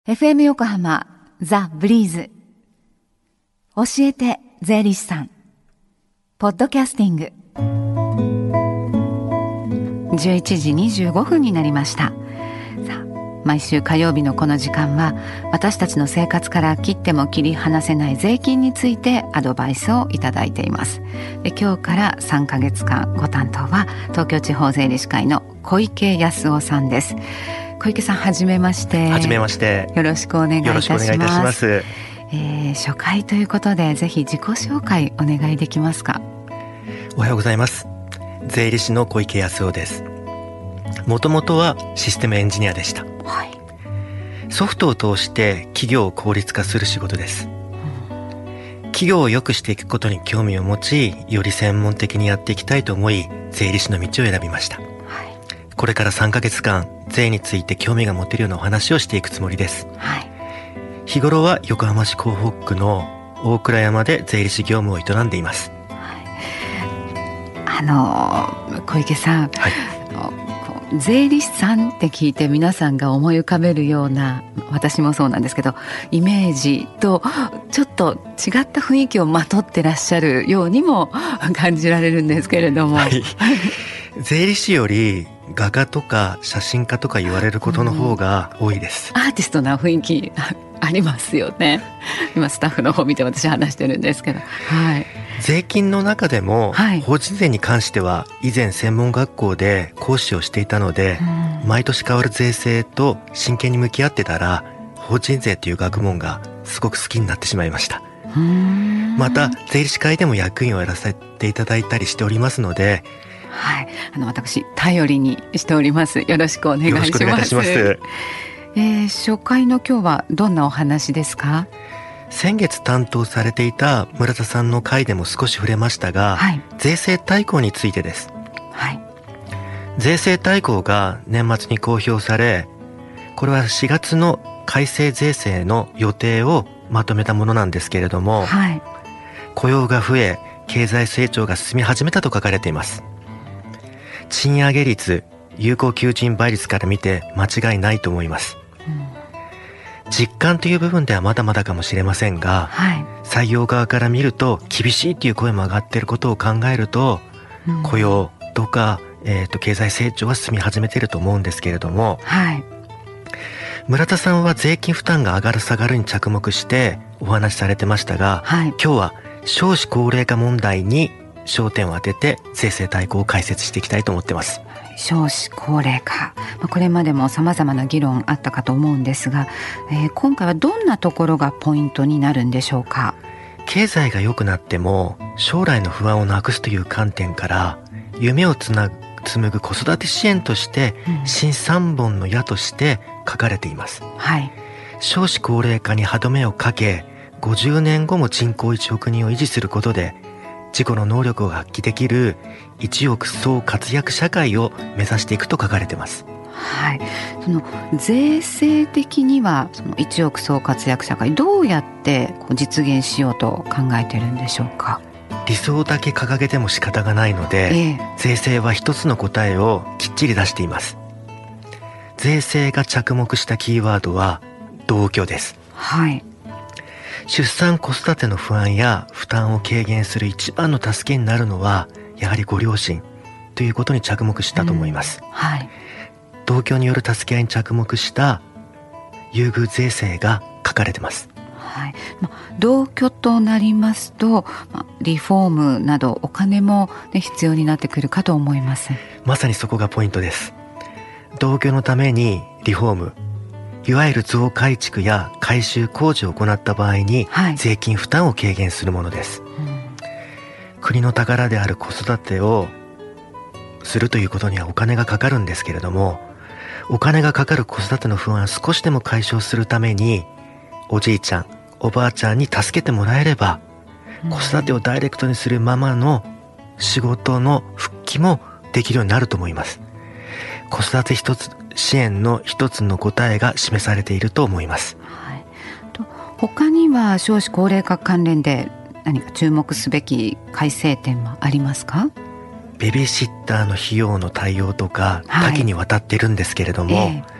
FM 横浜ザ・ブリーズ教えて税理士さんポッドキャスティング11時25分になりました。さあ、毎週火曜日のこの時間は私たちの生活から切っても切り離せない税金についてアドバイスをいただいています。で、今日から3ヶ月間ご担当は東京地方税理士会の小池康夫さんです。小池さん、はじめまして。 はじめまして。 よろしくお願いいたします。 よろしくお願いいたします。 初回ということでぜひ自己紹介お願いできますか。 おはようございます。税理士の小池康夫です。もともとはシステムエンジニアでした、 はい、 ソフトを通して企業を効率化する仕事です、企業を良くしていくことに興味を持ち、より専門的にやっていきたいと思い税理士の道を選びました、これから3ヶ月間税について興味が持てるようなお話をしていくつもりです、日頃は横浜市港北区の大倉山で税理士業務を営んでいます、 小池さん、税理士さんって聞いて皆さんが思い浮かべるような、私もそうなんですけどイメージとちょっと違った雰囲気をまとってらっしゃるようにも感じられるんですけれども、 税理士より画家とか写真家とか言われることの方が多いです、 アーティストな雰囲気ありますよね。今スタッフの方見て私話してるんですけど、 税金の中でも、法人税に関しては以前専門学校で講師をしていたので、毎年変わる税制と真剣に向き合ってたら法人税という学問がすごく好きになってしまいました。また税理士会でも役員をやらせていただいたりしておりますので、 私頼りにしております。よろしくお願いします。 よろしくお願いいたします。 初回の今日はどんなお話ですか。 先月担当されていた村田さんの回でも少し触れましたが、税制大綱についてです、税制大綱が年末に公表され、これは4月の改正税制の予定をまとめたものなんですけれども、雇用が増え経済成長が進み始めたと書かれています。賃上げ率、有効求人倍率から見て間違いないと思います、実感という部分ではまだまだかもしれませんが、採用側から見ると厳しいという声も上がっていることを考えると、雇用とか、経済成長は進み始めていると思うんですけれども、村田さんは税金負担が上がる下がるに着目してお話しされてましたが、今日は少子高齢化問題に焦点を当てて税制大綱を解説していきたいと思ってます。 少子高齢化、これまでも様々な議論あったかと思うんですが、今回はどんなところがポイントになるんでしょうか。 経済が良くなっても将来の不安をなくすという観点から夢を紡ぐ子育て支援として、新3本の矢として書かれています、少子高齢化に歯止めをかけ、50年後も人口1億人を維持することで自己の能力を発揮できる1億総活躍社会を目指していくと書かれています。 その税制的にはその1億総活躍社会、どうやって実現しようと考えているんでしょうか。 理想だけ掲げても仕方がないので、税制は一つの答えをきっちり出しています。税制が着目したキーワードは同居です、出産子育ての不安や負担を軽減する一番の助けになるのはやはりご両親ということに着目したと思います、同居による助け合いに着目した優遇税制が書かれています、 同居となりますと、リフォームなどお金も、必要になってくるかと思います。 まさにそこがポイントです。同居のためにリフォーム、いわゆる増改築や改修工事を行った場合に、税金負担を軽減するものです、国の宝である子育てをするということにはお金がかかるんですけれども、お金がかかる子育ての不安を少しでも解消するために、おじいちゃんおばあちゃんに助けてもらえれば、子育てをダイレクトにするママの仕事の復帰もできるようになると思います。子育て支援の一つの答えが示されていると思います、 他には少子高齢化関連で何か注目すべき改正点はありますか。 ベビーシッターの費用の対応とか多岐にわたっているんですけれども、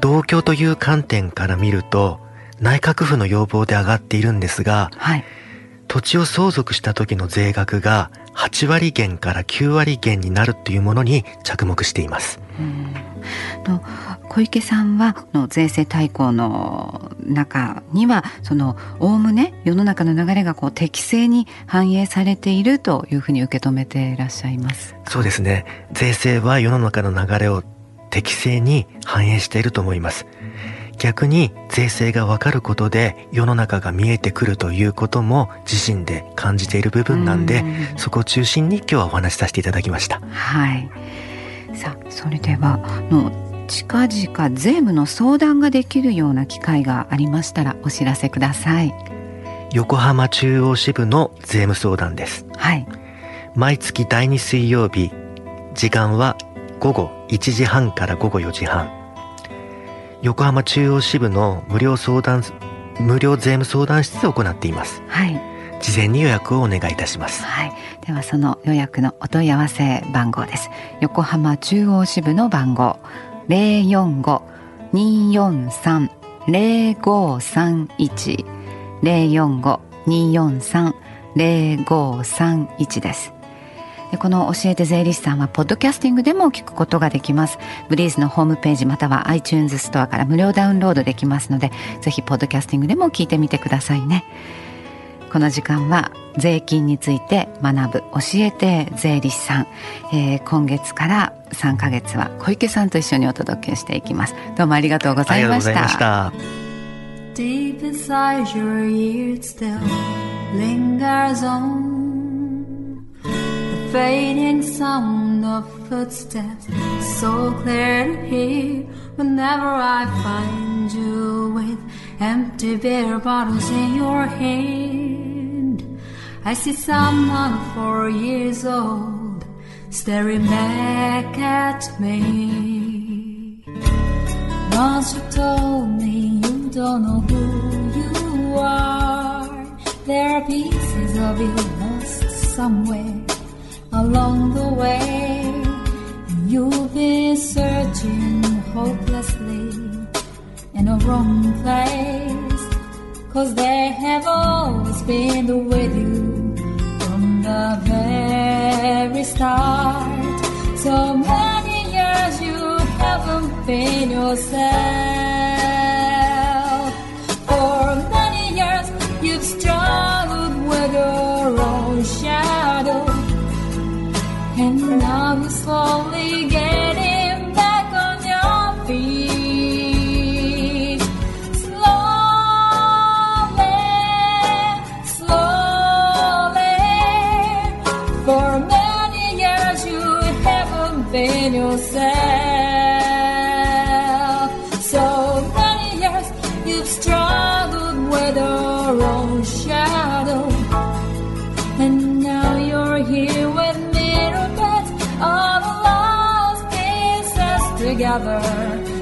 同居という観点から見ると内閣府の要望で上がっているんですが、はい、土地を相続した時の税額が8割減から9割減になるというものに着目しています。 小池さんは税制大綱の中にはおおむね世の中の流れが適正に反映されているというふうに受け止めていらっしゃいます。 そうですね。税制は世の中の流れを適正に反映していると思います。逆に税制が分かることで世の中が見えてくるということも自身で感じている部分なんで、そこを中心に今日はお話しさせていただきました。 はい。さあ、それでは近々税務の相談ができるような機会がありましたらお知らせください。 横浜中央支部の税務相談です。はい。毎月第2水曜日、時間は午後1時半から午後4時半。横浜中央支部の無料税務相談室で行っています。はい。事前に予約をお願いいたします。 はい。ではその予約のお問い合わせ番号です。横浜中央支部の番号 045-243-0531 045-243-0531 です。この教えて税理士さんはポッドキャスティングでも聞くことができます。ブリーズのホームページまたは iTunes ストアから無料ダウンロードできますので、ぜひポッドキャスティングでも聞いてみてくださいね。この時間は税金について学ぶ教えて税理士さん、今月から3ヶ月は小池さんと一緒にお届けしていきます。どうもありがとうございました。 ありがとうございました。 Deep inside your ear still lingers on fading sound of footsteps, so clear to hear whenever I find you with empty beer bottles in your hand. I see someone 4 years old staring back at me. Once you told me you don't know who you are, there are pieces of you lost somewhere.Along the way, you've been searching hopelessly in a wrong place, 'cause they have always been with you from the very start. So many years you haven't been yourself. For many years you've struggled with your own shadow.And now you're slowly getting back on your feet. Slowly, slowly. For many years you haven't been yourself. So many years you've struggled with your own shadow.And now you're here with me, all the lost pieces together.